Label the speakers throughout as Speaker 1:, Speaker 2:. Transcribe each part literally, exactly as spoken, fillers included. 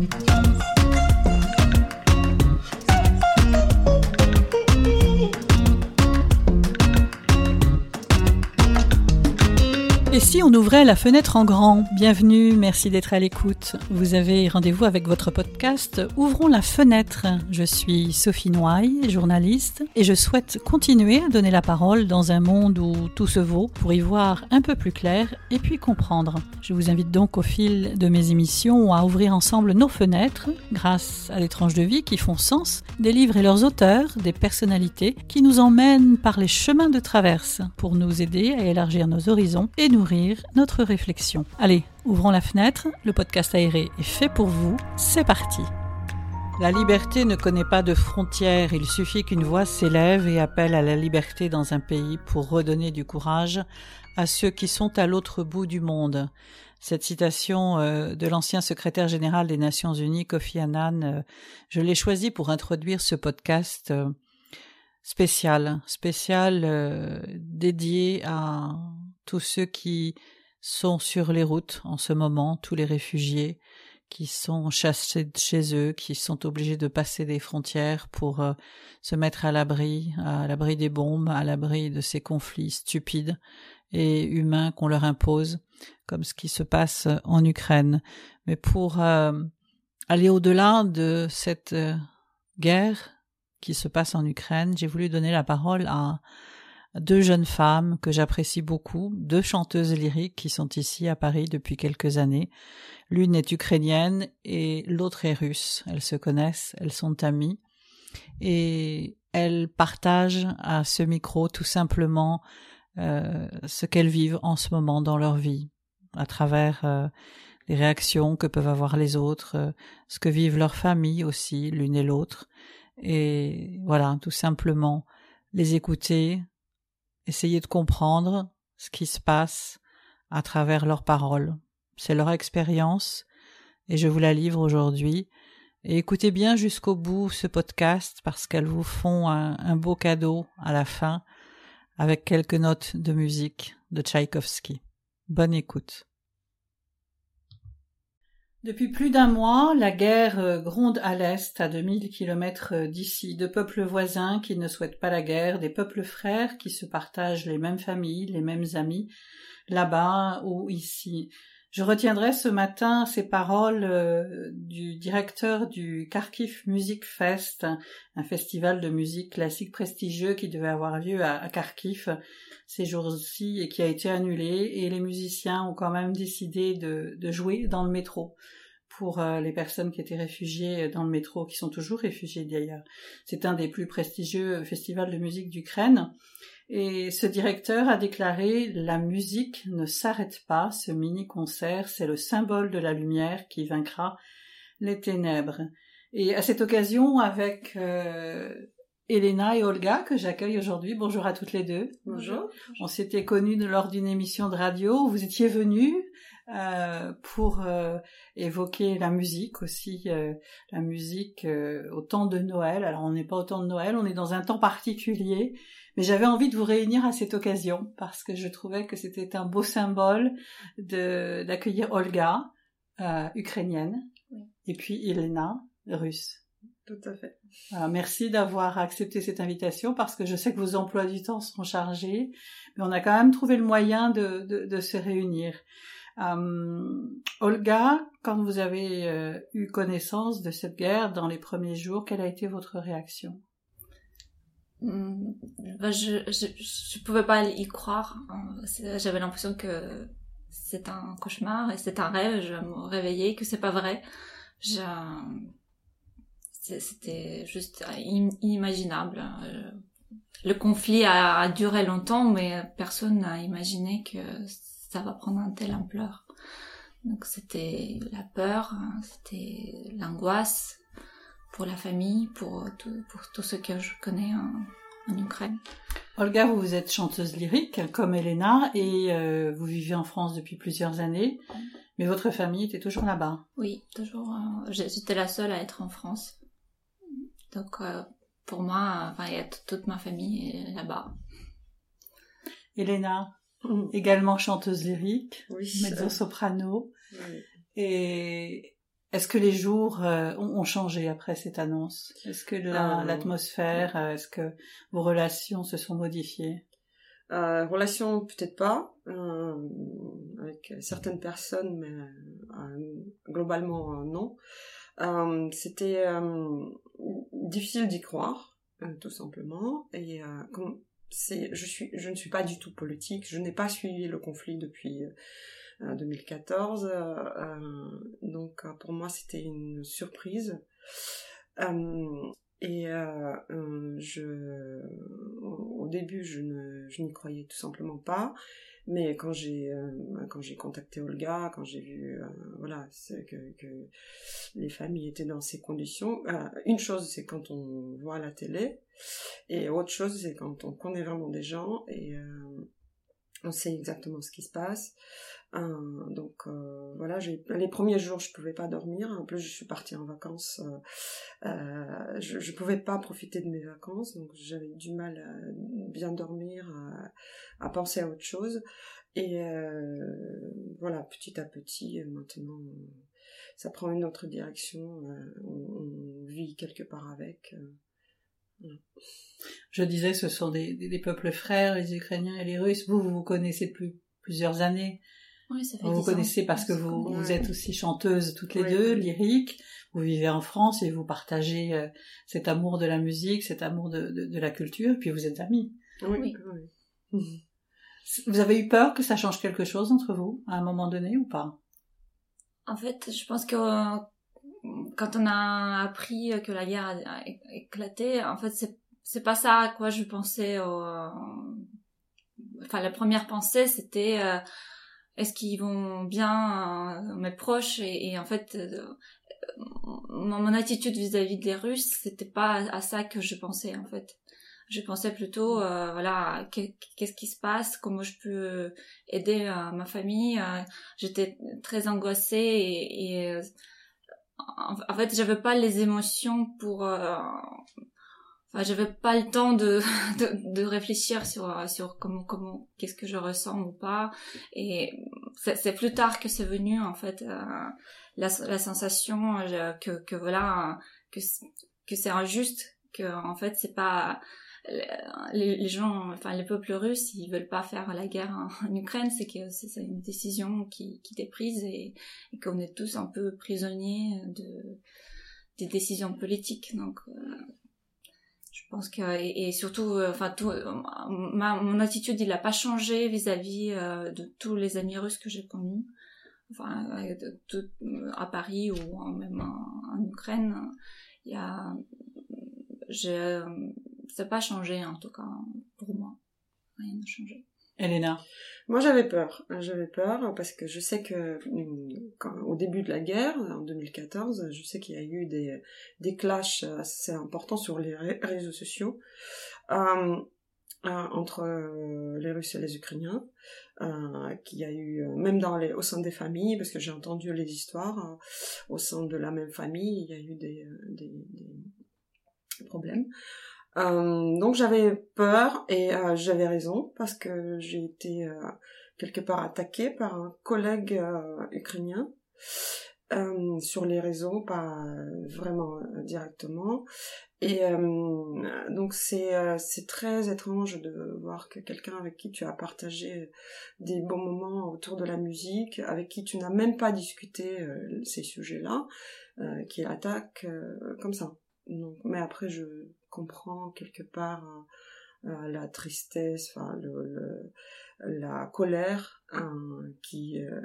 Speaker 1: Et si on ouvrait la fenêtre en grand ? Bienvenue, merci d'être à l'écoute. Vous avez rendez-vous avec votre podcast « Ouvrons la fenêtre ». Je suis Sophie Noailles, journaliste, et je souhaite continuer à donner la parole dans un monde où tout se vaut pour y voir un peu plus clair et puis comprendre. Je vous invite donc au fil de mes émissions à ouvrir ensemble nos fenêtres grâce à des tranches de vie qui font sens, des livres et leurs auteurs, des personnalités qui nous emmènent par les chemins de traverse pour nous aider à élargir nos horizons et nourrir notre réflexion. Allez, ouvrons la fenêtre, le podcast aéré est fait pour vous, c'est parti. La liberté ne connaît pas de frontières, il suffit qu'une voix s'élève et appelle à la liberté dans un pays pour redonner du courage à ceux qui sont à l'autre bout du monde. Cette citation euh, de l'ancien secrétaire général des Nations Unies, Kofi Annan, euh, je l'ai choisie pour introduire ce podcast euh, spécial, spécial euh, dédié à tous ceux qui sont sur les routes en ce moment, tous les réfugiés qui sont chassés de chez eux, qui sont obligés de passer des frontières pour euh, se mettre à l'abri, à l'abri des bombes, à l'abri de ces conflits stupides et humains qu'on leur impose, comme ce qui se passe en Ukraine. Mais pour euh, aller au-delà de cette euh, guerre qui se passe en Ukraine, j'ai voulu donner la parole à deux jeunes femmes que j'apprécie beaucoup, deux chanteuses lyriques qui sont ici à Paris depuis quelques années. L'une est ukrainienne et l'autre est russe. Elles se connaissent, elles sont amies et elles partagent à ce micro tout simplement euh, ce qu'elles vivent en ce moment dans leur vie, à travers euh, les réactions que peuvent avoir les autres, euh, ce que vivent leurs familles aussi, l'une et l'autre. Et voilà, tout simplement les écouter, essayer de comprendre ce qui se passe à travers leurs paroles. C'est leur expérience et je vous la livre aujourd'hui. Et écoutez bien jusqu'au bout ce podcast parce qu'elles vous font un, un beau cadeau à la fin avec quelques notes de musique de Tchaïkovski. Bonne écoute. Depuis plus d'un mois, la guerre gronde à l'est, à deux mille kilomètres d'ici, de peuples voisins qui ne souhaitent pas la guerre, des peuples frères qui se partagent les mêmes familles, les mêmes amis, là-bas ou ici. Je retiendrai ce matin ces paroles euh, du directeur du Kharkiv Music Fest, un festival de musique classique prestigieux qui devait avoir lieu à, à Kharkiv ces jours-ci et qui a été annulé, et les musiciens ont quand même décidé de, de jouer dans le métro pour euh, les personnes qui étaient réfugiées dans le métro, qui sont toujours réfugiées d'ailleurs. C'est un des plus prestigieux festivals de musique d'Ukraine. Et ce directeur a déclaré « La musique ne s'arrête pas, ce mini-concert, c'est le symbole de la lumière qui vaincra les ténèbres. » Et à cette occasion, avec euh, Elena et Olga, que j'accueille aujourd'hui, bonjour à toutes les deux.
Speaker 2: Bonjour.
Speaker 1: On s'était connus lors d'une émission de radio, vous étiez venues euh, pour euh, évoquer la musique aussi, euh, la musique euh, au temps de Noël. Alors on n'est pas au temps de Noël, on est dans un temps particulier, mais j'avais envie de vous réunir à cette occasion parce que je trouvais que c'était un beau symbole de, d'accueillir Olga, euh, ukrainienne, oui. Et puis Elena, russe.
Speaker 2: Tout à fait.
Speaker 1: Alors, merci d'avoir accepté cette invitation parce que je sais que vos emplois du temps sont chargés, mais on a quand même trouvé le moyen de, de, de se réunir. Euh, Olga, quand vous avez euh, eu connaissance de cette guerre dans les premiers jours, quelle a été votre réaction ?
Speaker 2: Ben je, je, je pouvais pas y croire. J'avais l'impression que c'est un cauchemar et c'est un rêve. Je me réveillais, que c'est pas vrai. Je, c'était juste inimaginable. Le conflit a, a duré longtemps, mais personne n'a imaginé que ça va prendre une telle ampleur. Donc c'était la peur, c'était l'angoisse pour la famille, pour tout, pour tout ce que je connais en, en Ukraine.
Speaker 1: Olga, vous, vous êtes chanteuse lyrique, comme Elena, et euh, vous vivez en France depuis plusieurs années, mais votre famille était toujours là-bas.
Speaker 2: Oui, toujours. Euh, j'étais la seule à être en France. Donc, euh, pour moi, enfin, il y a t- toute ma famille là-bas.
Speaker 1: Elena, mmh. également chanteuse lyrique,
Speaker 3: oui,
Speaker 1: mezzo-soprano,
Speaker 3: oui.
Speaker 1: et Est-ce que les jours euh, ont, ont changé après cette annonce? Est-ce que la,
Speaker 3: euh,
Speaker 1: l'atmosphère, euh, est-ce que vos relations se sont modifiées?
Speaker 3: Euh, relations peut-être pas euh, avec certaines personnes, mais euh, globalement euh, non. Euh, c'était euh, difficile d'y croire, euh, tout simplement. Et euh, comme c'est, je suis, je ne suis pas du tout politique. Je n'ai pas suivi le conflit depuis euh, deux mille quatorze. Euh, donc pour moi c'était une surprise. Euh, Et euh, euh, je, au début, je ne, je n'y croyais tout simplement pas. Mais quand j'ai, euh, quand j'ai contacté Olga, quand j'ai vu, euh, voilà, c'est que, que les familles étaient dans ces conditions. Euh, une chose, c'est quand on voit la télé, et autre chose, c'est quand on connaît vraiment des gens et euh, on sait exactement ce qui se passe. Euh, donc euh, voilà, j'ai, les premiers jours je pouvais pas dormir. En plus je suis partie en vacances, euh, euh, je, je pouvais pas profiter de mes vacances, donc j'avais du mal à bien dormir, à, à penser à autre chose. Et euh, voilà, petit à petit, maintenant ça prend une autre direction. Euh, on, on vit quelque part avec. Euh, voilà.
Speaker 1: Je disais, ce sont des, des, des peuples frères, les Ukrainiens et les Russes. Vous, vous vous connaissez depuis plusieurs années.
Speaker 2: Oui, ça fait
Speaker 1: vous vous connaissez
Speaker 2: ans,
Speaker 1: parce que vous,
Speaker 3: ouais.
Speaker 1: vous êtes aussi chanteuses toutes les
Speaker 3: oui,
Speaker 1: deux,
Speaker 3: oui.
Speaker 1: lyriques. Vous vivez en France et vous partagez euh, cet amour de la musique, cet amour de, de, de la culture, puis vous êtes amies.
Speaker 3: Oui,
Speaker 2: Oui.
Speaker 3: oui.
Speaker 1: Vous avez eu peur que ça change quelque chose entre vous, à un moment donné, ou pas?
Speaker 2: En fait, je pense que euh, quand on a appris que la guerre a, a éclaté, en fait, c'est, c'est pas ça à quoi je pensais. Euh, enfin, la première pensée, c'était... Euh, est-ce qu'ils vont bien, euh, mes proches, et, et en fait euh, mon, mon attitude vis-à-vis des Russes, c'était pas à, à ça que je pensais en fait. Je pensais plutôt euh, voilà, qu'est-ce qui se passe, comment je peux aider euh, ma famille. Euh, j'étais très angoissée et, et euh, en, en fait j'avais pas les émotions pour euh, Enfin, j'avais pas le temps de, de, de réfléchir sur, sur comment, comment, qu'est-ce que je ressens ou pas. Et c'est, c'est plus tard que c'est venu, en fait, euh, la, la sensation euh, que, que voilà, que, que c'est injuste, que, en fait, c'est pas, les, les gens, enfin, les peuples russes, ils veulent pas faire la guerre en, en Ukraine, c'est que c'est, c'est une décision qui, qui est prise et, et qu'on est tous un peu prisonniers de, des décisions politiques. Donc, euh, je pense que et, et surtout enfin tout ma mon attitude il a pas changé vis-à-vis euh, de tous les amis russes que j'ai connus, enfin de, de, à Paris ou en, même en, en Ukraine. Il y a j'ai ça n'a pas changé en tout cas pour moi, rien n'a changé.
Speaker 1: Elena?
Speaker 3: Moi, j'avais peur. J'avais peur parce que je sais que quand, au début de la guerre, en deux mille quatorze, je sais qu'il y a eu des, des clashs assez importants sur les réseaux sociaux euh, euh, entre euh, les Russes et les Ukrainiens, euh, qu'il y a eu même dans les, au sein des familles, parce que j'ai entendu les histoires euh, au sein de la même famille, il y a eu des, des, des problèmes. Euh, donc j'avais peur et euh, j'avais raison parce que j'ai été euh, quelque part attaquée par un collègue euh, ukrainien euh, sur les réseaux, pas vraiment euh, directement. Et euh, donc c'est euh, c'est très étrange de voir que quelqu'un avec qui tu as partagé des bons moments autour de la musique, avec qui tu n'as même pas discuté euh, ces sujets-là, euh, qui attaque euh, comme ça. Donc, mais après je comprends quelque part euh, la tristesse, enfin le, le, la colère hein, qui euh,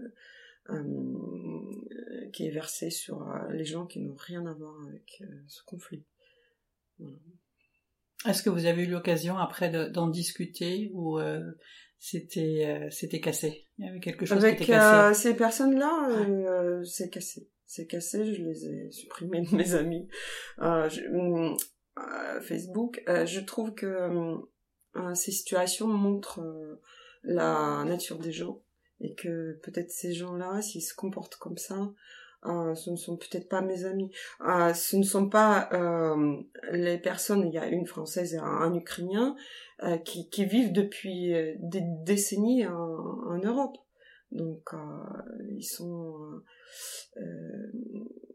Speaker 3: euh, qui est versée sur euh, les gens qui n'ont rien à voir avec euh, ce conflit. Voilà.
Speaker 1: Est-ce que vous avez eu l'occasion après de, d'en discuter ou euh, c'était euh, c'était cassé? Il y avait quelque chose
Speaker 3: avec,
Speaker 1: qui était cassé.
Speaker 3: Avec euh, ces personnes-là, euh, c'est cassé. C'est cassé, je les ai supprimés de mes amis. Euh, je, euh, Facebook, euh, je trouve que euh, ces situations montrent euh, la nature des gens et que peut-être ces gens-là, s'ils se comportent comme ça, euh, ce ne sont peut-être pas mes amis. Euh, ce ne sont pas euh, les personnes, il y a une Française et un, un Ukrainien euh, qui, qui vivent depuis des décennies en, en Europe. Donc, euh, ils sont... Euh,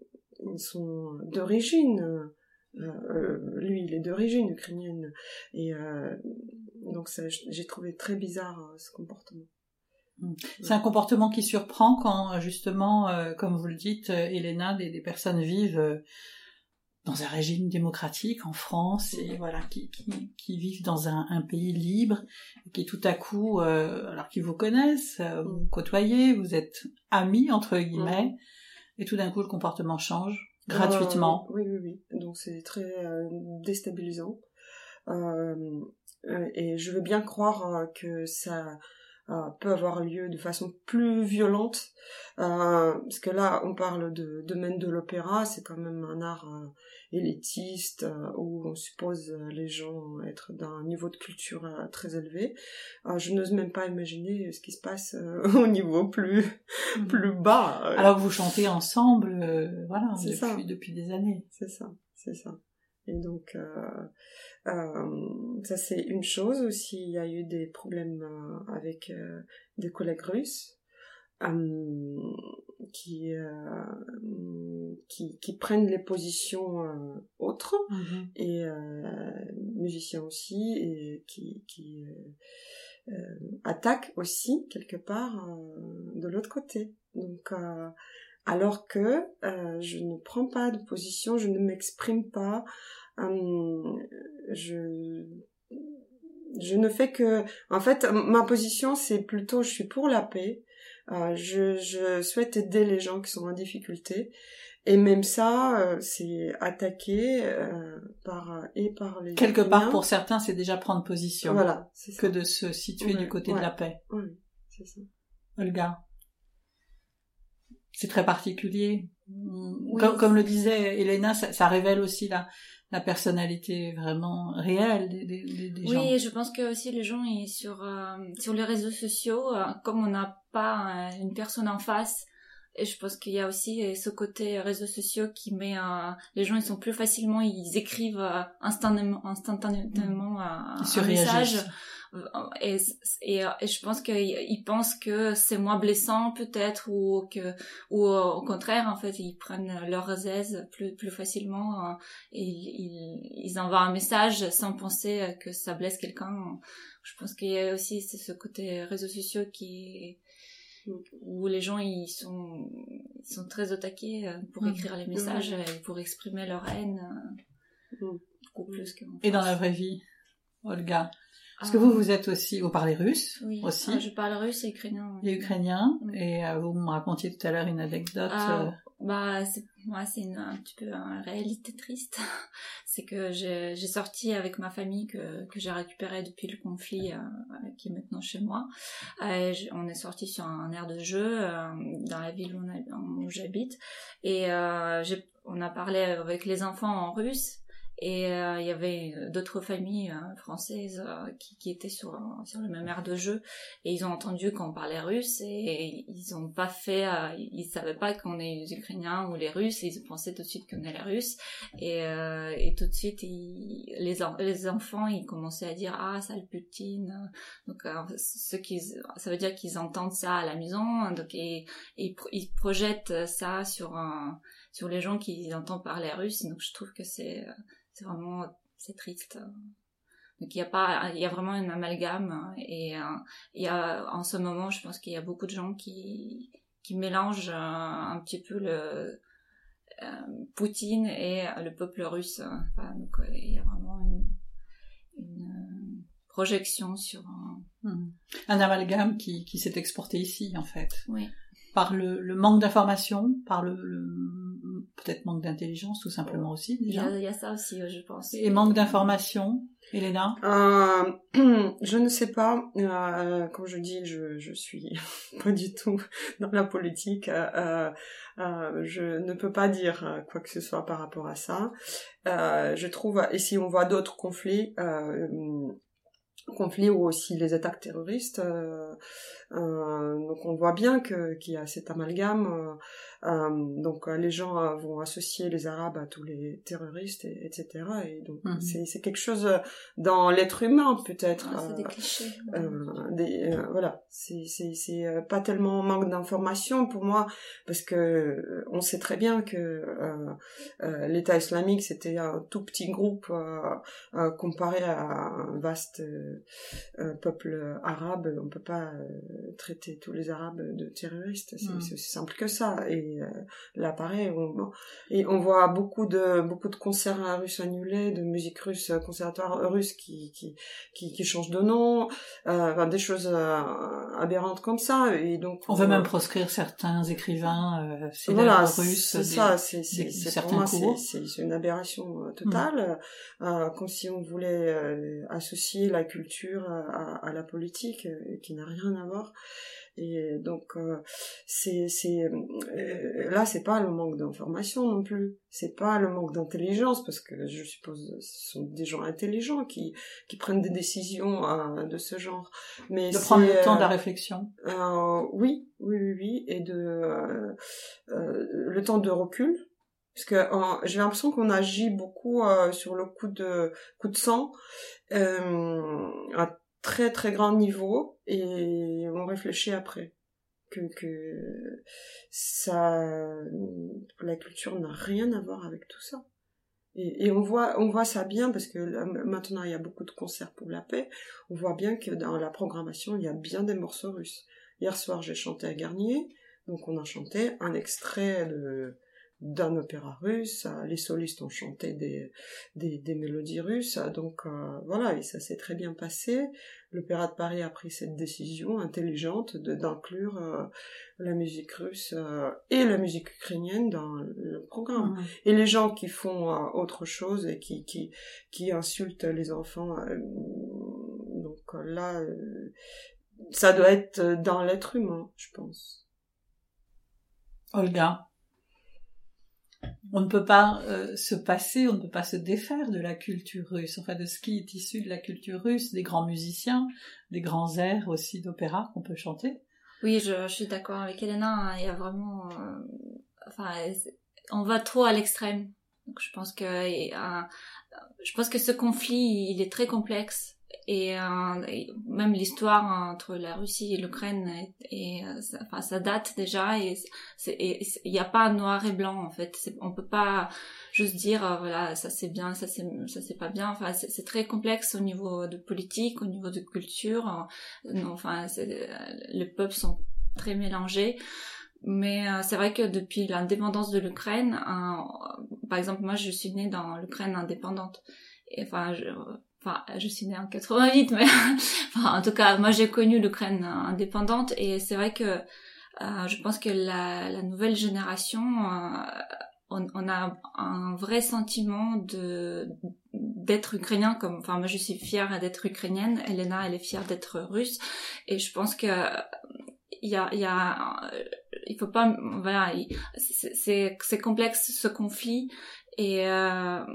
Speaker 3: ils sont d'origine, euh, lui il est d'origine ukrainienne, et euh, donc ça, j'ai trouvé très bizarre euh, ce comportement.
Speaker 1: C'est un comportement qui surprend quand justement, euh, comme vous le dites, Elena, des, des personnes vivent euh, dans un régime démocratique en France, et voilà, qui, qui, qui vivent dans un, un pays libre, et qui tout à coup, euh, alors qu'ils vous connaissent, euh, vous côtoyez, vous êtes amis entre guillemets, mmh. et tout d'un coup le comportement change gratuitement.
Speaker 3: Euh, oui, oui, oui. Donc c'est très euh, déstabilisant. Euh, et je veux bien croire euh, que ça euh, peut avoir lieu de façon plus violente, euh, parce que là on parle de domaine de l'opéra, c'est quand même un art euh, élitiste euh, où on suppose euh, les gens être d'un niveau de culture euh, très élevé. Euh, je n'ose même pas imaginer ce qui se passe euh, au niveau plus mmh. plus bas. Euh.
Speaker 1: Alors que vous chantez ensemble, euh, voilà,
Speaker 3: c'est
Speaker 1: depuis
Speaker 3: ça.
Speaker 1: depuis des années.
Speaker 3: C'est ça, c'est ça. Et donc, euh, euh, ça c'est une chose aussi. Il y a eu des problèmes euh, avec euh, des collègues russes euh, qui, euh, qui qui prennent les positions euh, autres mm-hmm. et euh, musiciens aussi et qui qui euh, euh, attaquent aussi quelque part euh, de l'autre côté. Donc euh, alors que euh, je ne prends pas de position, je ne m'exprime pas, euh, je je ne fais que, en fait, ma position c'est plutôt, je suis pour la paix, euh, je je souhaite aider les gens qui sont en difficulté, et même ça, euh, c'est attaqué euh, par et par les
Speaker 1: quelque
Speaker 3: Ukrainiens.
Speaker 1: part pour certains c'est déjà prendre position.
Speaker 3: Voilà, c'est ça.
Speaker 1: Que de se situer
Speaker 3: ouais,
Speaker 1: du côté
Speaker 3: ouais,
Speaker 1: de la paix.
Speaker 3: Oui, c'est ça.
Speaker 1: Olga. C'est très particulier.
Speaker 2: Oui.
Speaker 1: Comme, comme le disait Elena, ça, ça révèle aussi la, la personnalité vraiment réelle des, des, des
Speaker 2: oui,
Speaker 1: gens.
Speaker 2: Oui, je pense que aussi les gens ils, sur euh, sur les réseaux sociaux, euh, comme on n'a pas euh, une personne en face, et je pense qu'il y a aussi ce côté réseaux sociaux qui met euh, les gens ils sont plus facilement ils écrivent euh, instantanément instantanément euh, un message. Et, et, et je pense qu'ils pensent que c'est moins blessant peut-être ou que ou au contraire en fait ils prennent leurs aises plus plus facilement et ils, ils envoient un message sans penser que ça blesse quelqu'un. Je pense qu'il y a aussi ce côté réseaux sociaux qui où les gens ils sont ils sont très attaqués pour écrire les messages et pour exprimer leur haine beaucoup plus que
Speaker 1: et dans la vraie vie, Olga. Parce que vous, vous êtes aussi, vous parlez russe
Speaker 2: oui.
Speaker 1: aussi.
Speaker 2: Ah, je parle russe et ukrainien.
Speaker 1: Et ukrainien. Oui. Et euh, vous me racontiez tout à l'heure une anecdote.
Speaker 2: Ah,
Speaker 1: euh...
Speaker 2: bah, c'est, ouais, c'est une, un petit peu une réalité triste. C'est que j'ai, j'ai sorti avec ma famille que, que j'ai récupéré depuis le conflit, euh, qui est maintenant chez moi. Euh, on est sorti sur un aire de jeu euh, dans la ville où, on a, où j'habite. Et euh, j'ai, on a parlé avec les enfants en russe. Et euh, il y avait d'autres familles euh, françaises euh, qui, qui étaient sur sur le même aire de jeu et ils ont entendu qu'on parlait russe et, et ils ont pas fait euh, ils savaient pas qu'on est les Ukrainiens ou les Russes, ils pensaient tout de suite qu'on est les Russes et euh, et tout de suite ils, les les enfants ils commençaient à dire ah sale Poutine, donc euh, ce qui ça veut dire qu'ils entendent ça à la maison, donc et, et ils projettent ça sur un sur les gens qui entendent parler russe, donc je trouve que c'est c'est vraiment c'est triste. Donc il y a pas il y a vraiment un amalgame et euh, il y a en ce moment je pense qu'il y a beaucoup de gens qui qui mélangent euh, un petit peu le euh, Poutine et le peuple russe. Enfin, donc il y a vraiment une, une projection sur un,
Speaker 1: un amalgame qui qui s'est exporté ici en fait.
Speaker 2: Oui.
Speaker 1: Par le, le manque d'information, par le, le peut-être manque d'intelligence tout simplement aussi déjà.
Speaker 2: Il y a, il y a ça aussi, je pense.
Speaker 1: Et manque d'information, Elena.
Speaker 3: Euh, je ne sais pas. Euh, comme je dis, je je suis pas du tout dans la politique. Euh, euh, je ne peux pas dire quoi que ce soit par rapport à ça. Euh, je trouve, et si on voit d'autres conflits. Euh, conflits ou aussi les attaques terroristes, euh, euh, donc on voit bien que qu'il y a cet amalgame, Euh, donc euh, les gens euh, vont associer les Arabes à tous les terroristes, et, etc. Et donc mm-hmm. c'est, c'est quelque chose dans l'être humain peut-être.
Speaker 2: Ah, c'est
Speaker 3: euh,
Speaker 2: des clichés.
Speaker 3: Euh, des, euh, voilà, c'est, c'est, c'est euh, pas tellement manque d'information pour moi, parce que euh, on sait très bien que euh, euh, l'État islamique c'était un tout petit groupe euh, euh, comparé à un vaste euh, euh, peuple arabe. On peut pas euh, traiter tous les Arabes de terroristes, c'est, mm. c'est aussi simple que ça. Et euh, là pareil, on, et on voit beaucoup de beaucoup de concerts russes annulés, de musique russe, conservatoire russe qui qui qui, qui changent de nom. Euh, enfin, des choses euh, aberrantes comme ça, et donc
Speaker 1: on veut euh, même proscrire certains écrivains euh, célèbres
Speaker 3: voilà,
Speaker 1: russes.
Speaker 3: C'est
Speaker 1: des,
Speaker 3: ça, c'est, c'est,
Speaker 1: des,
Speaker 3: c'est pour moi c'est, c'est, c'est une aberration euh, totale, mmh. euh, comme si on voulait euh, associer la culture à, à la politique, euh, qui n'a rien à voir. Et donc euh, c'est c'est euh, là c'est pas le manque d'information non plus, c'est pas le manque d'intelligence, parce que je suppose ce sont des gens intelligents qui qui prennent des décisions euh, de ce genre, mais
Speaker 1: de
Speaker 3: c'est,
Speaker 1: prendre le temps de la réflexion.
Speaker 3: Euh, oui, oui, oui, oui, et de euh, euh, le temps de recul. Parce que euh, j'ai l'impression qu'on agit beaucoup euh, sur le coup de coup de sang, euh, à très très grand niveau, et on réfléchit après que que ça, la culture n'a rien à voir avec tout ça. Et, et on voit on voit ça bien, parce que là, maintenant il y a beaucoup de concerts pour la paix. On voit bien que dans la programmation il y a bien des morceaux russes. Hier soir j'ai chanté à Garnier, donc on a chanté un extrait de d'un opéra russe, les solistes ont chanté des, des, des mélodies russes, donc euh, voilà, et ça s'est très bien passé. L'Opéra de Paris a pris cette décision intelligente de, d'inclure euh, la musique russe euh, et la musique ukrainienne dans le programme. Mmh. Et les gens qui font euh, autre chose et qui, qui, qui insultent les enfants, euh, donc là, euh, ça doit être dans l'être humain, je pense.
Speaker 1: Olga, on ne peut pas euh, se passer, on ne peut pas se défaire de la culture russe, enfin de ce qui est issu de la culture russe, des grands musiciens, des grands airs aussi d'opéra qu'on peut chanter.
Speaker 2: Oui, je, je suis d'accord avec Elena, il y a vraiment... Euh, enfin, on va trop à l'extrême. Donc je pense que, euh, je pense que ce conflit, il est très complexe. Et, euh, et même l'histoire entre la Russie et l'Ukraine, et, et ça, enfin, ça date déjà, et il n'y a pas noir et blanc en fait. C'est, on peut pas juste dire euh, voilà, ça c'est bien, ça c'est ça c'est pas bien. Enfin, c'est, c'est très complexe au niveau de politique, au niveau de culture. Non, enfin, c'est, les peuples sont très mélangés. Mais euh, c'est vrai que depuis l'indépendance de l'Ukraine, euh, par exemple, moi je suis née dans l'Ukraine indépendante. Et enfin, je, Enfin, je suis née en quatre-vingt-huit, mais enfin, en tout cas, moi j'ai connu l'Ukraine indépendante, et c'est vrai que euh, je pense que la, la nouvelle génération, euh, on, on a un vrai sentiment de d'être ukrainien, comme, enfin, moi je suis fière d'être ukrainienne, Elena elle est fière d'être russe, et je pense que il y a, il y a, il faut pas, voilà, c'est, c'est, c'est complexe ce conflit, et euh,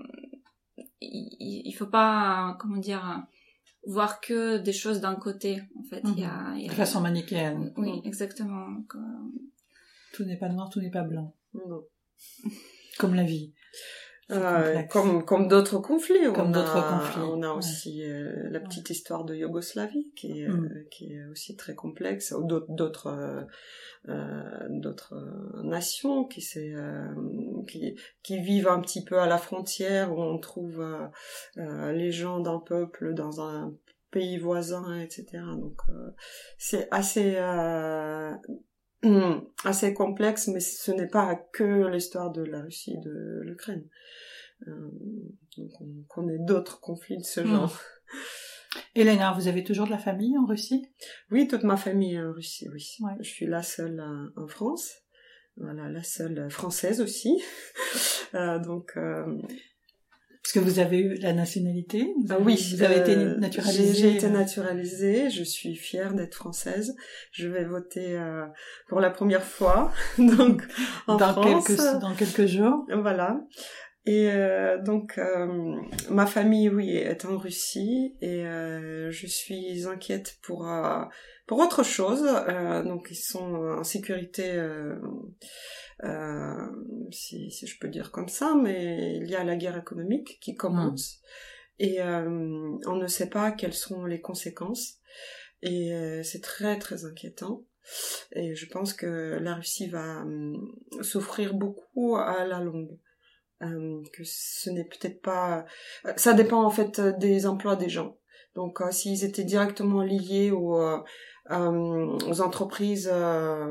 Speaker 2: il, il faut pas, comment dire, voir que des choses d'un côté, en fait.
Speaker 1: Mmh.
Speaker 2: Il y a, il y a...
Speaker 1: De façon manichéenne.
Speaker 2: Oui, exactement.
Speaker 1: Tout n'est pas noir, tout n'est pas blanc.
Speaker 3: Non.
Speaker 1: Comme la vie.
Speaker 3: Euh, comme comme d'autres conflits,
Speaker 1: comme
Speaker 3: on
Speaker 1: d'autres
Speaker 3: a
Speaker 1: conflits.
Speaker 3: on a
Speaker 1: ouais.
Speaker 3: aussi euh, la petite ouais. histoire de Yougoslavie qui est
Speaker 1: mmh.
Speaker 3: euh, qui est aussi très complexe, ou d'autres d'autres euh, euh, d'autres euh, nations qui c'est euh, qui qui vivent un petit peu à la frontière, où on trouve euh, euh, les gens d'un peuple dans un pays voisin, et cetera. Donc euh, c'est assez euh, Mmh, assez complexe, mais ce n'est pas que l'histoire de la Russie et de l'Ukraine. Euh, donc on connaît d'autres conflits de ce genre.
Speaker 1: Mmh. Elena, vous avez toujours de la famille en Russie ?
Speaker 3: Oui, toute ma famille est en Russie, oui.
Speaker 1: Ouais.
Speaker 3: Je suis la seule en France. Voilà, la seule française aussi. euh, donc... Euh,
Speaker 1: Parce que vous avez eu la nationalité, vous avez,
Speaker 3: oui,
Speaker 1: vous avez
Speaker 3: euh,
Speaker 1: été naturalisée.
Speaker 3: J'ai, j'ai été naturalisée, je suis fière d'être française. Je vais voter euh, pour la première fois, donc en
Speaker 1: dans
Speaker 3: France.
Speaker 1: Quelques, dans quelques jours.
Speaker 3: Voilà. Et euh, donc euh, ma famille, oui, est en Russie, et euh, je suis inquiète pour euh, pour autre chose. Euh, donc ils sont en sécurité. Euh, euh, si, si je peux dire comme ça, mais il y a la guerre économique qui commence mmh. et euh, on ne sait pas quelles seront les conséquences et euh, c'est très très inquiétant. Et je pense que la Russie va euh, souffrir beaucoup à la longue. Euh, que ce n'est peut-être pas... Ça dépend en fait des emplois des gens. Donc euh, s'ils étaient directement liés aux, euh, euh, aux entreprises euh,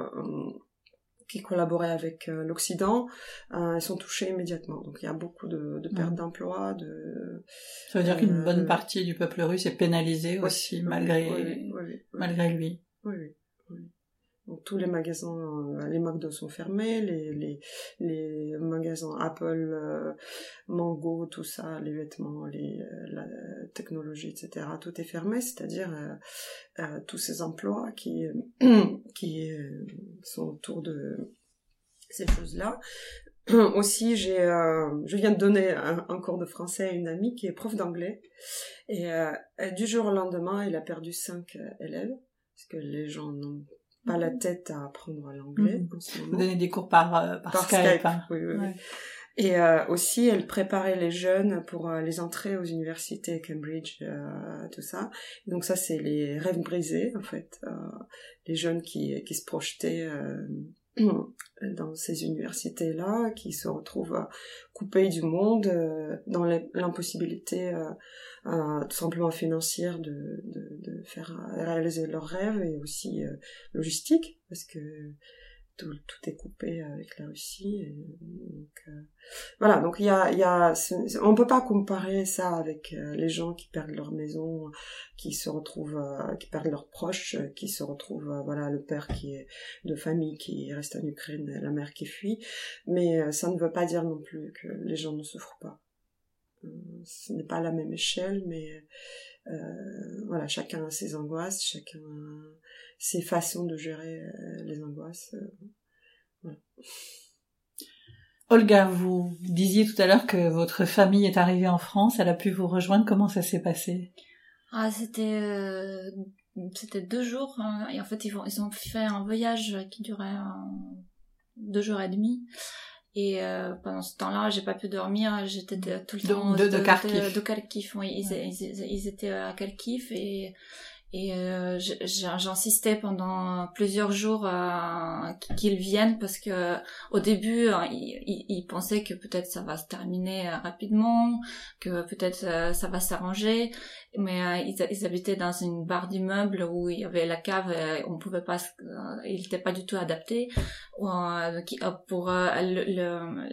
Speaker 3: qui collaboraient avec euh, l'Occident, euh, elles sont touchées immédiatement. Donc il y a beaucoup de, de pertes mmh. d'emplois. De,
Speaker 1: Ça veut dire euh, qu'une bonne partie du peuple russe est pénalisée aussi, oui, malgré,
Speaker 3: oui, oui, oui, oui.
Speaker 1: malgré lui.
Speaker 3: Oui, oui. oui. Donc, tous les magasins, euh, les McDo sont fermés, les, les, les magasins Apple, euh, Mango, tout ça, les vêtements, les, euh, la technologie, et cetera, tout est fermé, c'est-à-dire euh, euh, tous ces emplois qui, euh, qui euh, sont autour de ces choses-là. Aussi, j'ai, euh, je viens de donner un, un cours de français à une amie qui est prof d'anglais, et euh, du jour au lendemain, elle a perdu cinq euh, élèves, parce que les gens n'ont pas la tête à apprendre l'anglais mmh. en ce moment.
Speaker 1: Vous donnez des cours par, euh, par, par Skype. Skype hein.
Speaker 3: Oui, oui,
Speaker 1: ouais.
Speaker 3: oui. Et euh, aussi, elle préparait les jeunes pour euh, les entrées aux universités, Cambridge, euh, tout ça. Et donc ça, c'est les rêves brisés, en fait. Euh, les jeunes qui, qui se projetaient euh, dans ces universités-là, qui se retrouvent coupés du monde, euh, dans l'impossibilité euh, euh, tout simplement financière de, de, de faire réaliser leurs rêves, et aussi euh, logistique, parce que tout, tout est coupé avec la Russie. Et donc, euh, voilà, donc il y a, il y a, on peut pas comparer ça avec euh, les gens qui perdent leur maison, qui se retrouvent, euh, qui perdent leurs proches, euh, qui se retrouvent, euh, voilà, le père qui est de famille qui reste en Ukraine, la mère qui fuit. Mais euh, ça ne veut pas dire non plus que les gens ne souffrent pas. Euh, ce n'est pas la même échelle, mais euh, voilà, chacun a ses angoisses, chacun a ses façons de gérer euh, les angoisses. Euh, voilà.
Speaker 1: Olga, vous disiez tout à l'heure que votre famille est arrivée en France, elle a pu vous rejoindre. Comment ça s'est passé?
Speaker 2: Ah, c'était euh, c'était deux jours hein, et en fait ils vont ils ont fait un voyage qui durait un, deux jours et demi. Et euh, pendant ce temps-là, j'ai pas pu dormir. J'étais de, tout le temps
Speaker 1: de, de, de Kharkiv.
Speaker 2: De, de Kharkiv, oui. Ils, ouais. ils, ils, ils étaient à Kharkiv et et euh, j'insistais pendant plusieurs jours euh, qu'ils viennent parce que au début euh, ils, ils, ils pensaient que peut-être ça va se terminer euh, rapidement, que peut-être euh, ça va s'arranger, mais euh, ils, ils habitaient dans une barre d'immeuble où il y avait la cave, et on pouvait pas, euh, il n'était pas du tout adapté euh, pour euh, le, le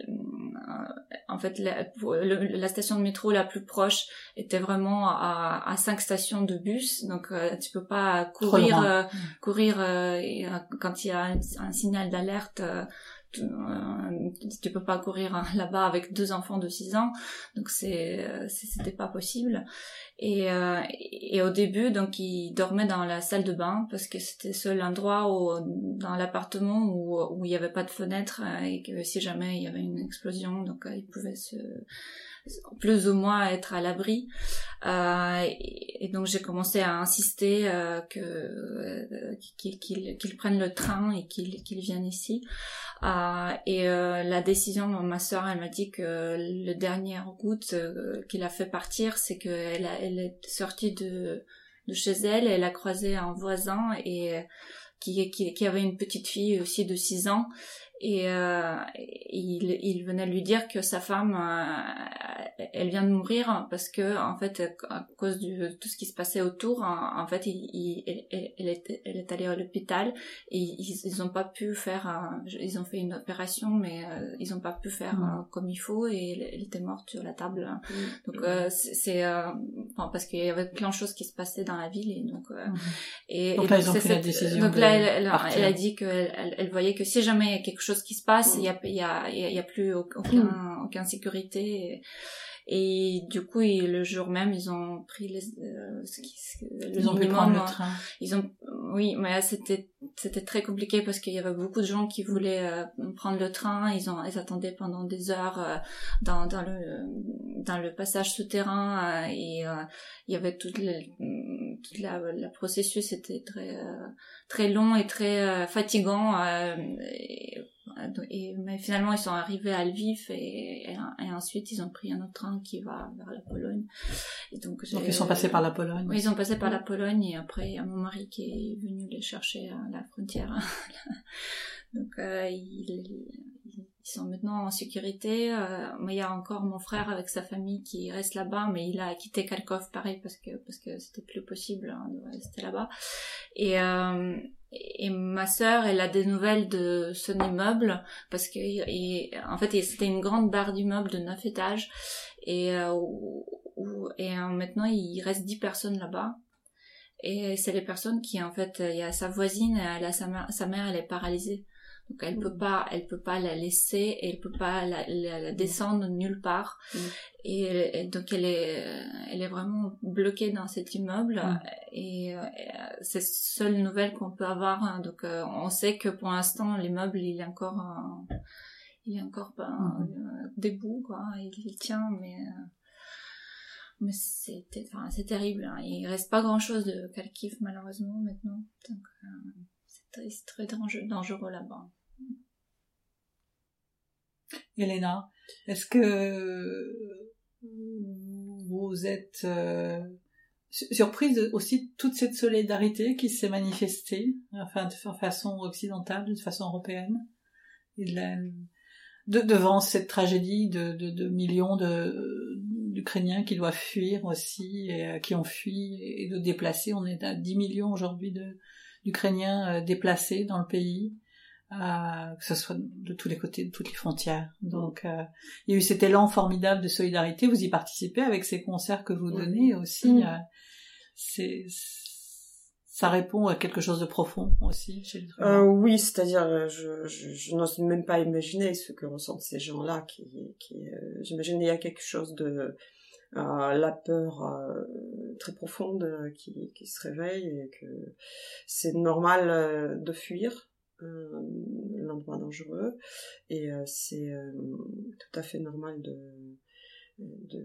Speaker 2: en fait la, pour le, la station de métro la plus proche était vraiment à, à cinq stations de bus, donc euh, tu peux pas courir euh, courir euh, et, euh, quand il y a un, un signal d'alerte, euh, tu, euh, tu peux pas courir hein, là-bas avec deux enfants de six ans, donc c'est, euh, c'était pas possible. Et, euh, et au début, donc ils dormaient dans la salle de bain parce que c'était le seul endroit où, dans l'appartement où où il y avait pas de fenêtre et que si jamais il y avait une explosion, donc euh, ils pouvaient se plus ou moins être à l'abri. Euh, et, et donc j'ai commencé à insister euh, que euh, qu'ils, qu'ils, qu'ils prennent le train et qu'ils, qu'ils viennent ici. Euh, et euh, la décision, ma sœur, elle m'a dit que le dernier goutte euh, qui l'a fait partir, c'est qu'elle a, elle est sortie de de chez elle, et elle a croisé un voisin et qui, qui qui avait une petite fille aussi de six ans. Et euh, il, il venait lui dire que sa femme, euh, elle vient de mourir parce que en fait, à cause de tout ce qui se passait autour, en, en fait, il, il, elle, elle, est, elle est allée à l'hôpital et ils, ils ont pas pu faire, un, ils ont fait une opération, mais euh, ils ont pas pu faire mmh. euh, comme il faut, et elle, elle était morte sur la table. Mmh. Donc euh, c'est, c'est euh, enfin, parce qu'il y avait plein de choses qui se passaient dans la ville, et donc euh, mmh. et,
Speaker 1: donc
Speaker 2: et
Speaker 1: là
Speaker 2: donc,
Speaker 1: ils ont
Speaker 2: c'est
Speaker 1: pris
Speaker 2: cette,
Speaker 1: la décision.
Speaker 2: Donc là, elle, elle, elle a dit qu'elle elle, elle voyait que si jamais il y a quelque chose qui se passe, il mmh. y a il y a il y a plus aucun mmh. aucune sécurité, et, et du coup ils, le jour même ils ont pris les euh, ce qui, ce, le
Speaker 1: ils ont
Speaker 2: minimum,
Speaker 1: pu prendre le train.
Speaker 2: Ils ont oui, mais c'était c'était très compliqué parce qu'il y avait beaucoup de gens qui voulaient euh, prendre le train. Ils ont ils attendaient pendant des heures euh, dans dans le dans le passage souterrain, euh, et euh, il y avait toute la toute la, la processus était très euh, très long et très euh, fatigant, euh, et et mais finalement ils sont arrivés à Lviv et, et, et ensuite ils ont pris un autre train qui va vers la Pologne. Et donc,
Speaker 1: donc ils sont passés par la Pologne.
Speaker 2: Oui, ils sont passés par la Pologne et après il y a mon mari qui est venu les chercher à la frontière. Donc euh, ils, ils sont maintenant en sécurité, euh, mais il y a encore mon frère avec sa famille qui reste là-bas, mais il a quitté Kharkov pareil parce que parce que c'était plus possible hein, de rester là-bas. Et euh, et ma sœur, elle a des nouvelles de son immeuble parce que et, en fait c'était une grande barre d'immeuble de neuf étages et euh, où, où, et euh, maintenant il reste dix personnes là-bas. Et c'est les personnes qui en fait il y a sa voisine, elle a sa mère, sa mère elle est paralysée. Donc elle mmh. peut pas, elle peut pas la laisser, elle peut pas la, la, la descendre nulle part. Mmh. Et, et donc elle est, elle est vraiment bloquée dans cet immeuble. Mmh. Et, et c'est la seule nouvelle qu'on peut avoir. Hein. Donc euh, on sait que pour l'instant l'immeuble il est encore, euh, il est encore ben, mmh. euh, debout quoi. Il, il tient, mais euh, mais c'est, enfin c'est terrible. Hein. Il reste pas grand chose de Kharkiv malheureusement maintenant. Donc euh, c'est très dangereux là-bas.
Speaker 1: Elena, est-ce que vous êtes euh, surprise aussi de toute cette solidarité qui s'est manifestée, enfin de façon occidentale, de façon européenne, et de la, de, devant cette tragédie de, de, de millions de, d'Ukrainiens qui doivent fuir aussi, et qui ont fui et de déplacer. On est à dix millions aujourd'hui de d'Ukrainiens déplacés dans le pays, euh, que ce soit de tous les côtés, de toutes les frontières. Donc, euh, il y a eu cet élan formidable de solidarité. Vous y participez avec ces concerts que vous donnez aussi. Mmh. Euh, c'est, ça répond à quelque chose de profond aussi chez les
Speaker 3: euh, Oui, c'est-à-dire, je, je, je n'ose même pas imaginer ce que ressentent ces gens-là. Qui, qui, euh, j'imagine il y a quelque chose de Euh, la peur euh, très profonde euh, qui, qui se réveille et que c'est normal euh, de fuir euh, l'endroit dangereux et euh, c'est euh, tout à fait normal de de,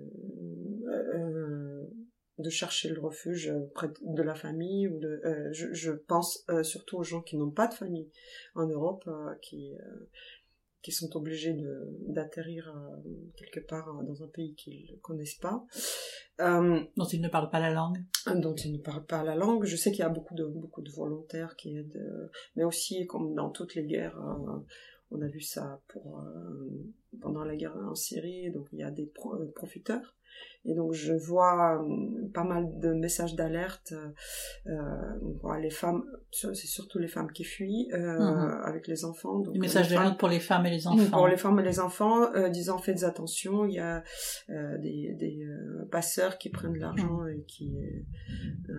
Speaker 3: euh, de chercher le refuge près de la famille ou de euh, je, je pense euh, surtout aux gens qui n'ont pas de famille en Europe euh, qui euh, qui sont obligés de, d'atterrir euh, quelque part euh, dans un pays qu'ils ne connaissent pas.
Speaker 1: Euh, dont ils ne parlent pas la langue.
Speaker 3: Dont ils ne parlent pas la langue. Je sais qu'il y a beaucoup de, beaucoup de volontaires qui aident, euh, mais aussi, comme dans toutes les guerres, euh, on a vu ça pour, euh, pendant la guerre en Syrie, donc il y a des pro, euh, profiteurs. Et donc je vois euh, pas mal de messages d'alerte. Euh, voilà, les femmes, c'est surtout les femmes qui fuient euh, mmh. avec les enfants. Donc,
Speaker 1: les messages d'alerte pour les femmes et les enfants.
Speaker 3: Pour les femmes et les enfants, euh, disant faites attention. Il y a euh, des, des euh, passeurs qui prennent de l'argent mmh. et qui euh,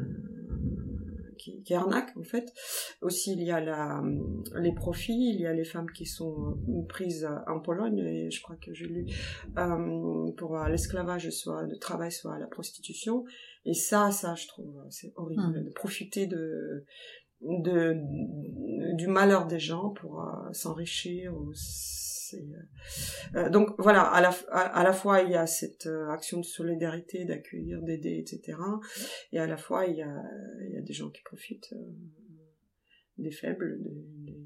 Speaker 3: qui, qui arnaquent en fait. Aussi il y a la, les profits, il y a les femmes qui sont prises en Pologne et je crois que j'ai lu euh, pour l'esclavage soit de travail soit la prostitution et ça ça je trouve c'est horrible mmh. de profiter de de du malheur des gens pour euh, s'enrichir ou c'est, euh, donc voilà à la à, à la fois il y a cette euh, action de solidarité d'accueillir d'aider etc et à la fois il y a il y a des gens qui profitent euh, des faibles des,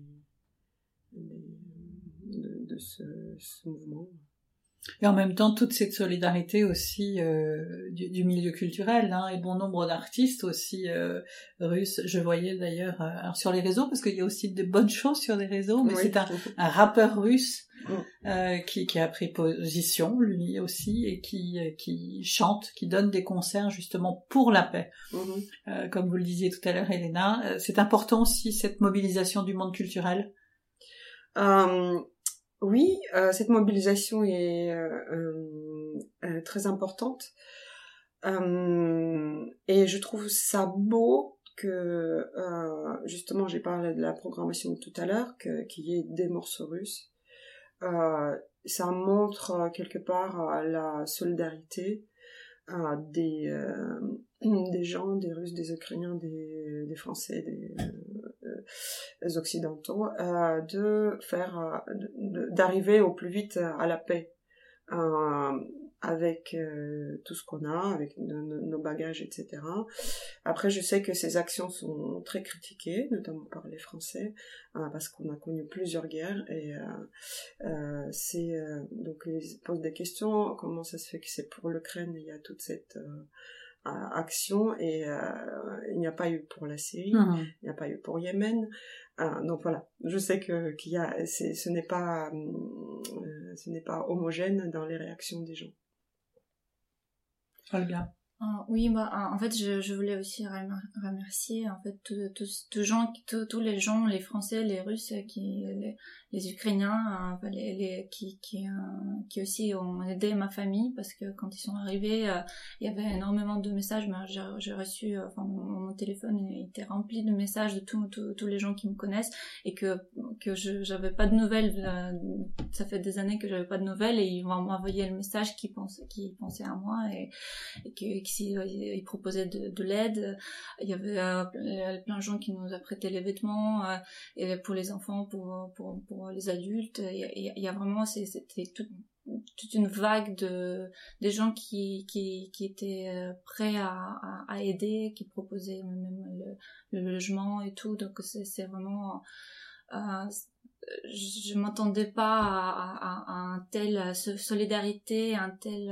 Speaker 3: des, des, de, de ce, ce mouvement.
Speaker 1: Et en même temps, toute cette solidarité aussi euh, du, du milieu culturel, hein, et bon nombre d'artistes aussi euh, russes. Je voyais d'ailleurs euh, alors sur les réseaux, parce qu'il y a aussi de bonnes choses sur les réseaux, mais oui. c'est un, un rappeur russe euh, qui, qui a pris position, lui aussi, et qui, qui chante, qui donne des concerts justement pour la paix. Mm-hmm. Euh, comme vous le disiez tout à l'heure, Elena, c'est important aussi cette mobilisation du monde culturel.
Speaker 3: Um... Oui, euh, cette mobilisation est euh, euh, très importante euh, et je trouve ça beau que euh, justement j'ai parlé de la programmation tout à l'heure, que, qu'il y ait des morceaux russes. Euh, ça montre quelque part la solidarité euh, des, euh, des gens, des Russes, des Ukrainiens, des, des Français, des... les occidentaux, euh, de faire, euh, de, d'arriver au plus vite à la paix, euh, avec euh, tout ce qu'on a, avec nos, nos bagages, et cetera. Après, je sais que ces actions sont très critiquées, notamment par les Français, euh, parce qu'on a connu plusieurs guerres, et euh, euh, c'est euh, donc ils posent des questions. Comment ça se fait que c'est pour l'Ukraine, il y a toute cette euh, action, et euh, il n'y a pas eu pour la Syrie, mmh. il n'y a pas eu pour Yémen. Euh, donc voilà, je sais que qu'il y a, c'est, ce n'est pas, euh, ce n'est pas homogène dans les réactions des gens.
Speaker 1: Olga.
Speaker 2: Uh, oui, bah, en fait, je, je voulais aussi remercier en fait tous tous gens, tous les gens, les Français, les Russes, qui, les, les Ukrainiens, euh, les, les, qui, qui, euh, qui aussi ont aidé ma famille, parce que quand ils sont arrivés, euh, il y avait énormément de messages. Mais j'ai, j'ai reçu, euh, enfin, mon, mon téléphone était rempli de messages de tous tous tous les gens qui me connaissent, et que que je j'avais pas de nouvelles. Euh, ça fait des années que j'avais pas de nouvelles, et ils m'ont envoyé le message qui pensaient qui pensaient à moi, et, et que ils proposaient de, de l'aide. Il y avait euh, plein de gens qui nous ont prêté les vêtements, euh, et pour les enfants, pour pour pour les adultes. Il y a, il y a vraiment c'est, c'était tout, toute une vague de des gens qui qui qui étaient prêts à à, à aider, qui proposaient même le, le logement et tout. Donc c'est c'est vraiment euh, je, je m'attendais pas à, à, à un tel solidarité, un tel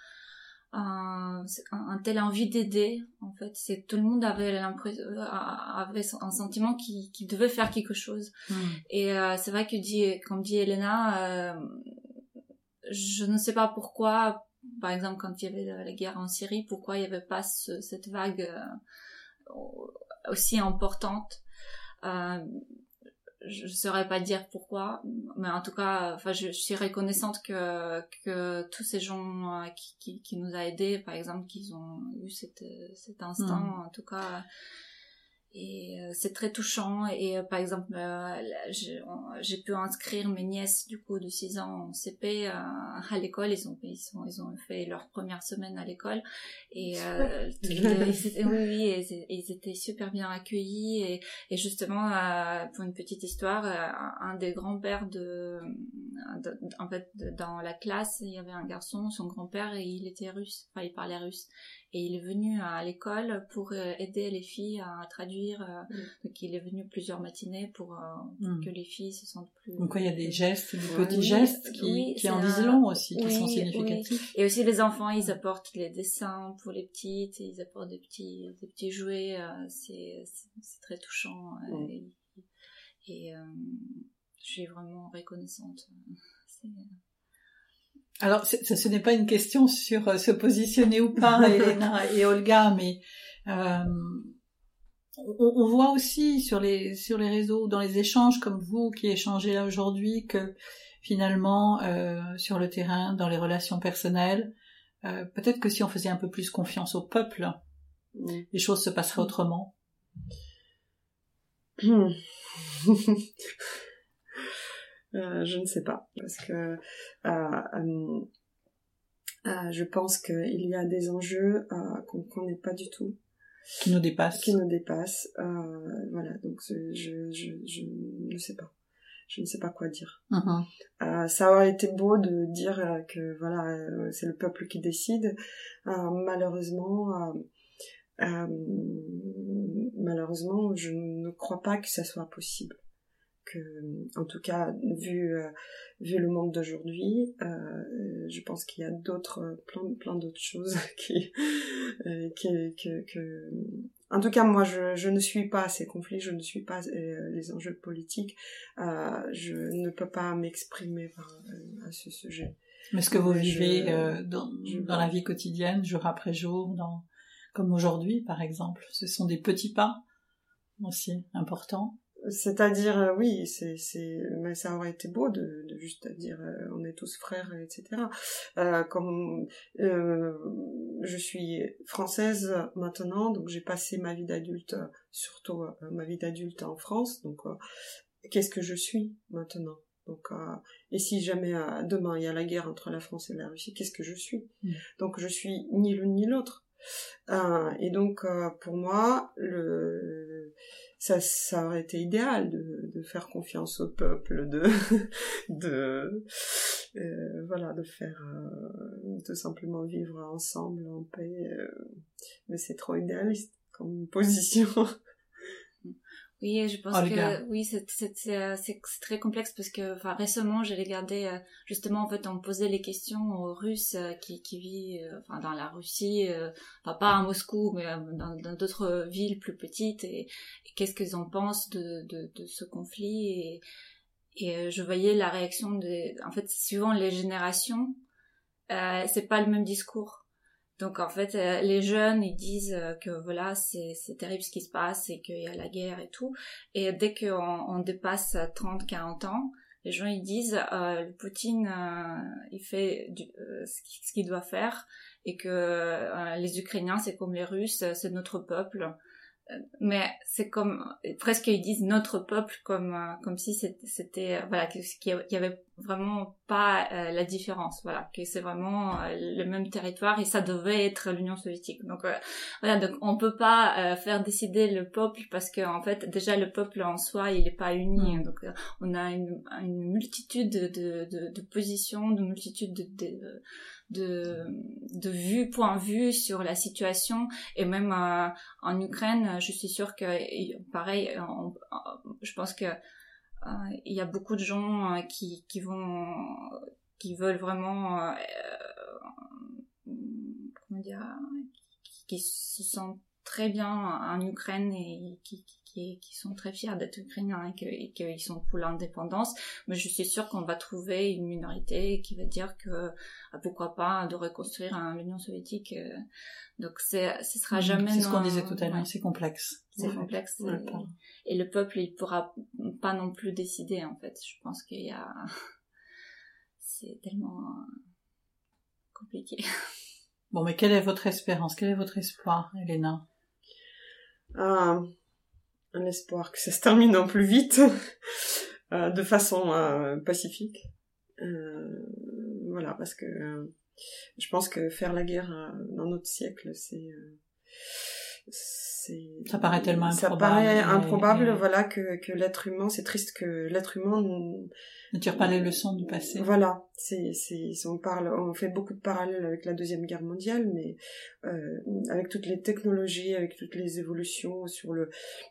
Speaker 2: Un, un tel envie d'aider. En fait, c'est tout le monde avait l'impression, avait un sentiment qu'il, qu'il devait faire quelque chose. Mmh. Et euh, c'est vrai que dit, comme dit Elena, euh, je ne sais pas pourquoi, par exemple, quand il y avait la guerre en Syrie, pourquoi il n'y avait pas ce, cette vague euh, aussi importante. Euh, je ne saurais pas dire pourquoi, mais en tout cas, enfin, je, je suis reconnaissante que que tous ces gens euh, qui, qui qui nous a aidés, par exemple, qu'ils ont eu cet cet instant, mmh. en tout cas, et euh, c'est très touchant. Et euh, par exemple, euh, j'ai, j'ai pu inscrire mes nièces du coup de six ans en C P euh, à l'école. Ils ont ils sont ils ont fait leur première semaine à l'école, et euh, ils, ils, oui oui et, ils étaient super bien accueillis. Et, et justement, euh, pour une petite histoire, euh, un des grands-pères de, de en fait de, dans la classe, il y avait un garçon, son grand-père, et il était russe, enfin il parlait russe. Et il est venu à l'école pour aider les filles à traduire. Mm. Donc il est venu plusieurs matinées pour, pour mm. que les filles se sentent plus...
Speaker 1: Donc il y a des gestes, des petits oui, gestes qui, oui, qui en disent long aussi, qui oui, sont significatifs.
Speaker 2: Oui. Et aussi les enfants, ils apportent les dessins pour les petites, et ils apportent des petits, des petits jouets. C'est, c'est, c'est très touchant. Mm. Et, et euh, je suis vraiment reconnaissante. C'est...
Speaker 1: Alors, ce, ce n'est pas une question sur euh, se positionner ou pas, Elena et Olga, mais euh, on, on voit aussi sur les sur les réseaux, dans les échanges comme vous qui échangez là aujourd'hui, que finalement, euh, sur le terrain, dans les relations personnelles, euh, peut-être que si on faisait un peu plus confiance au peuple, mmh. les choses se passeraient autrement.
Speaker 3: Euh, je ne sais pas, parce que euh, euh, euh, je pense qu'il y a des enjeux euh, qu'on ne connaît pas du tout,
Speaker 1: qui nous dépassent.
Speaker 3: Qui nous dépassent. Euh, voilà, donc je, je, je, je ne sais pas. Je ne sais pas quoi dire. Uh-huh. Euh, ça aurait été beau de dire que voilà, euh, c'est le peuple qui décide. Euh, malheureusement, euh, euh, malheureusement, je ne crois pas que ça soit possible. Que, en tout cas, vu euh, vu le monde d'aujourd'hui, euh, je pense qu'il y a d'autres plein plein d'autres choses qui euh, qui que que en tout cas moi je je ne suis pas ces conflits, je ne suis pas euh, les enjeux politiques, euh, je ne peux pas m'exprimer par, euh, à ce sujet.
Speaker 1: Mais ce que vous vivez je, euh, dans je, dans la vie quotidienne, jour après jour, dans comme aujourd'hui par exemple, ce sont des petits pas aussi importants.
Speaker 3: C'est-à-dire, euh, oui, c'est, c'est, mais ça aurait été beau de, de juste dire, euh, on est tous frères, et cetera. Euh, comme euh, je suis française maintenant, donc j'ai passé ma vie d'adulte, surtout euh, ma vie d'adulte en France. Donc, euh, qu'est-ce que je suis maintenant ? Donc, euh, et si jamais euh, demain il y a la guerre entre la France et la Russie, qu'est-ce que je suis ? mmh. Donc, je suis ni l'une ni l'autre. Euh, et donc, euh, pour moi, le Ça, ça aurait été idéal de, de faire confiance au peuple, de, de, euh, voilà, de faire, euh, tout simplement vivre ensemble en paix. Euh, mais c'est trop idéaliste comme position.
Speaker 2: Oui, je pense
Speaker 1: Olga.
Speaker 2: que oui, c'est c'est c'est c'est très complexe parce que enfin récemment j'ai regardé euh, justement en fait on posait les questions aux Russes euh, qui qui vivent euh, enfin dans la Russie, euh, enfin pas à Moscou mais euh, dans dans d'autres villes plus petites et, et qu'est-ce qu'ils en pensent de de de ce conflit et et euh, je voyais la réaction des en fait suivant les générations, euh, c'est pas le même discours. Donc en fait, euh, les jeunes ils disent euh, que voilà c'est c'est terrible ce qui se passe et qu'il y a la guerre et tout. Et dès qu'on on dépasse trente quarante ans, les gens ils disent euh, le Poutine euh, il fait du, euh, ce qu'il ce qu'il doit faire et que euh, les Ukrainiens c'est comme les Russes, c'est notre peuple. Mais c'est comme presque ils disent notre peuple comme euh, comme si c'était, c'était euh, voilà qu'il y avait vraiment pas euh, la différence, voilà que c'est vraiment euh, le même territoire et ça devait être l'Union soviétique. Donc euh, voilà, donc on peut pas euh, faire décider le peuple parce que en fait déjà le peuple en soi il est pas uni. Mmh. Donc euh, on a une, une multitude de de, de, de positions, de multitude de, de de de vues, points de vue sur la situation et même euh, en Ukraine, je suis sûre que pareil, on, je pense que euh, il y a beaucoup de gens euh, qui qui vont qui veulent vraiment euh, comment dire qui, qui se sentent très bien en Ukraine et qui qui, qui sont très fiers d'être ukrainiens et, que, et qu'ils sont pour l'indépendance, mais je suis sûre qu'on va trouver une minorité qui va dire que pourquoi pas de reconstruire l'Union soviétique. Donc c'est ce sera jamais.
Speaker 1: C'est ce qu'on
Speaker 2: non,
Speaker 1: disait tout à l'heure,
Speaker 2: ouais.
Speaker 1: c'est complexe.
Speaker 2: C'est
Speaker 1: ouais.
Speaker 2: complexe
Speaker 1: ouais,
Speaker 2: et, et le peuple il pourra pas non plus décider en fait. Je pense qu'il y a c'est tellement compliqué.
Speaker 1: Bon, mais quelle est votre espérance, quel est votre espoir, Elena?
Speaker 3: Ah, un espoir que ça se termine en plus vite, euh, de façon euh, pacifique. Euh, voilà, parce que euh, je pense que faire la guerre euh, dans notre siècle, c'est, euh, c'est...
Speaker 1: Ça paraît tellement
Speaker 3: ça
Speaker 1: improbable.
Speaker 3: Ça paraît
Speaker 1: et,
Speaker 3: improbable,
Speaker 1: et...
Speaker 3: voilà, que, que l'être humain, c'est triste que l'être humain...
Speaker 1: ne tire pas les leçons du passé.
Speaker 3: Voilà, c'est, c'est, on parle, on fait beaucoup de parallèles avec la Deuxième Guerre mondiale, mais euh, avec toutes les technologies, avec toutes les évolutions sur le...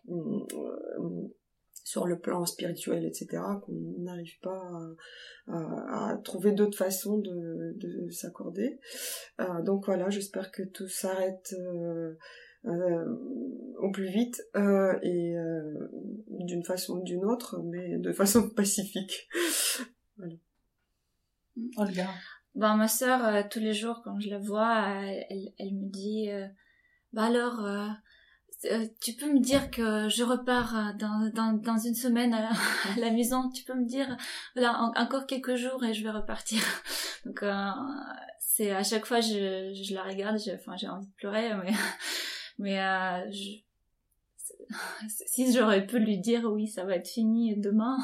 Speaker 3: Euh, sur le plan spirituel, et cetera, qu'on n'arrive pas à, à, à trouver d'autres façons de, de s'accorder. Euh, donc voilà, j'espère que tout s'arrête euh, euh, au plus vite euh, et euh, d'une façon ou d'une autre, mais de façon pacifique. Voilà.
Speaker 1: Olga.
Speaker 2: Bah, ma sœur, euh, tous les jours, quand je la vois, elle, elle, elle me dit euh, bah alors... Euh, tu peux me dire que je repars dans, dans, dans une semaine à la, à la maison, tu peux me dire, voilà, en, encore quelques jours et je vais repartir. Donc, euh, c'est à chaque fois, je, je la regarde, j'ai, enfin, j'ai envie de pleurer, mais, mais euh, je, si j'aurais pu lui dire, oui, ça va être fini demain,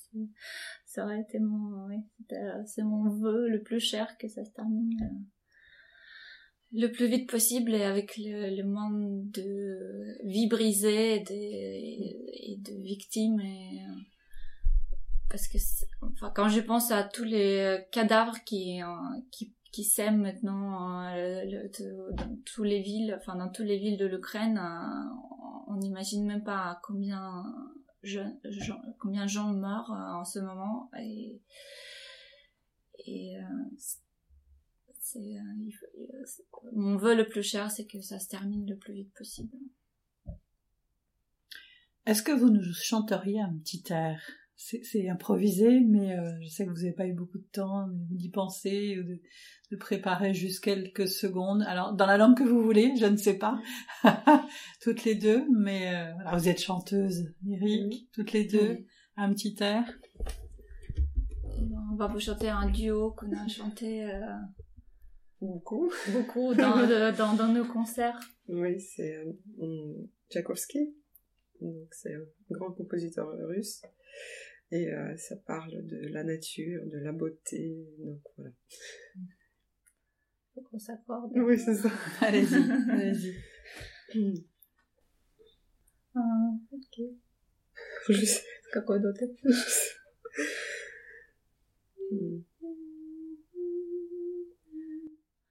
Speaker 2: ça aurait été mon, oui, c'est mon vœu le plus cher que ça se termine. Euh, le plus vite possible et avec le, le moins de vies brisées et de, et de victimes et parce que enfin quand je pense à tous les cadavres qui qui qui sèment maintenant euh, le, dans toutes les villes enfin dans toutes les villes de l'Ukraine, on n'imagine même pas combien je, je, combien de gens meurent en ce moment et et euh, C'est, euh, il faut, euh, c'est, mon vœu le plus cher, c'est que ça se termine le plus vite possible.
Speaker 1: Est-ce que vous nous chanteriez un petit air? C'est, c'est improvisé, mais euh, je sais que vous n'avez pas eu beaucoup de temps d'y penser ou de, de préparer juste quelques secondes. Alors, dans la langue que vous voulez, je ne sais pas, toutes les deux, mais euh, voilà, vous êtes chanteuse lyrique, oui. toutes les deux, oui. Un petit air.
Speaker 2: On va vous chanter un duo qu'on a chanté... Euh...
Speaker 3: Beaucoup.
Speaker 2: Beaucoup dans, de, dans, dans nos concerts.
Speaker 3: Oui, c'est euh, Tchaïkovski. Donc, c'est un grand compositeur russe. Et euh, ça parle de la nature, de la beauté. Donc, voilà.
Speaker 2: Faut qu'on s'accorde.
Speaker 3: Oui, c'est ça.
Speaker 1: Allez-y, allez-y.
Speaker 2: Mm. Ah, ok.
Speaker 3: Je sais.
Speaker 2: Какой d'autre?
Speaker 3: mm.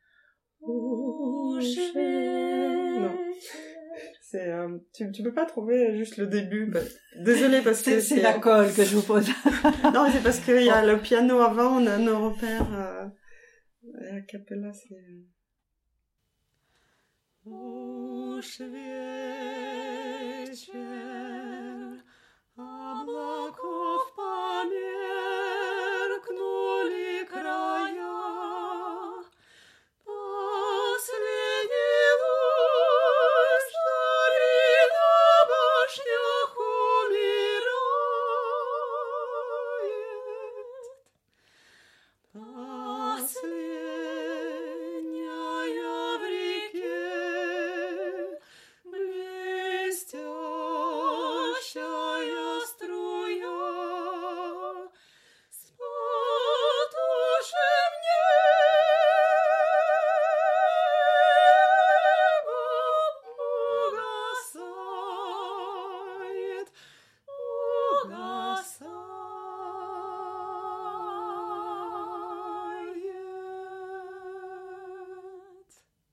Speaker 3: Non. C'est, euh, tu, tu peux pas trouver juste le début. Bah, désolée parce que
Speaker 1: c'est, c'est, c'est la colle que je vous pose.
Speaker 3: Non, c'est parce qu'il y a le piano avant, on a nos repères. Euh, et a cappella, c'est. Уж вечер, облаков померкнули края, последний луч зари на башнях умирает. Последняя в реке блестящая струя с потухшим небом угасает, угасает.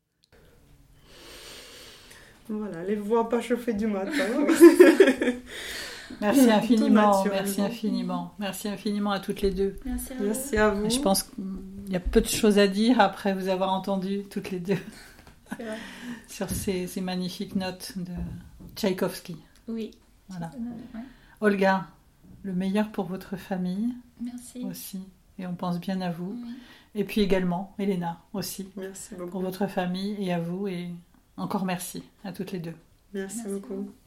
Speaker 3: Voilà, les voix pas chauffées du matin.
Speaker 1: Merci infiniment, merci infiniment. Merci infiniment à toutes les deux.
Speaker 2: Merci à vous.
Speaker 3: Merci à vous.
Speaker 1: Je pense qu'il y a peu de choses à dire après vous avoir entendu toutes les deux sur ces, ces magnifiques notes de Tchaïkovski.
Speaker 2: Oui.
Speaker 1: Voilà.
Speaker 2: Ouais.
Speaker 1: Olga, le meilleur pour votre famille.
Speaker 2: Merci.
Speaker 1: Aussi. Et on pense bien à vous.
Speaker 2: Oui.
Speaker 1: Et puis également, Elena aussi.
Speaker 3: Merci beaucoup.
Speaker 1: Pour votre famille et à vous. Et encore merci à toutes les deux.
Speaker 3: Merci, merci beaucoup. beaucoup.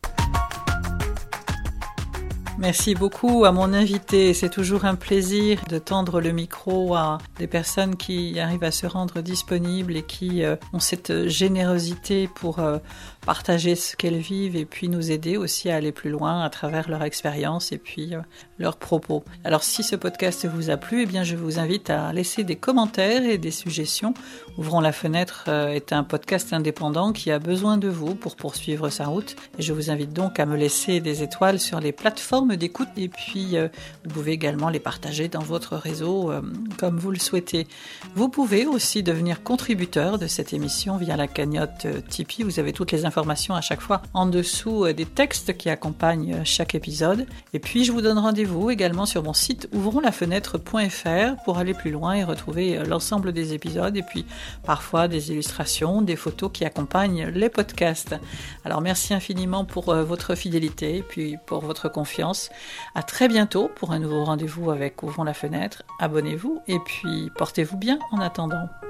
Speaker 1: Merci beaucoup à mon invité. C'est toujours un plaisir de tendre le micro à des personnes qui arrivent à se rendre disponibles et qui euh, ont cette générosité pour euh, partager ce qu'elles vivent et puis nous aider aussi à aller plus loin à travers leur expérience et puis euh, leurs propos. Alors si ce podcast vous a plu, eh bien je vous invite à laisser des commentaires et des suggestions. Ouvrons la fenêtre euh, est un podcast indépendant qui a besoin de vous pour poursuivre sa route et je vous invite donc à me laisser des étoiles sur les plateformes d'écoute et puis euh, vous pouvez également les partager dans votre réseau euh, comme vous le souhaitez. Vous pouvez aussi devenir contributeur de cette émission via la cagnotte euh, Tipeee. Vous avez toutes les informations à chaque fois en dessous euh, des textes qui accompagnent euh, chaque épisode. Et puis je vous donne rendez-vous également sur mon site ouvrons la fenêtre point f r pour aller plus loin et retrouver euh, l'ensemble des épisodes et puis parfois des illustrations, des photos qui accompagnent les podcasts. Alors merci infiniment pour euh, votre fidélité et puis pour votre confiance. À très bientôt pour un nouveau rendez-vous avec Ouvrons la fenêtre. Abonnez-vous et puis portez-vous bien en attendant.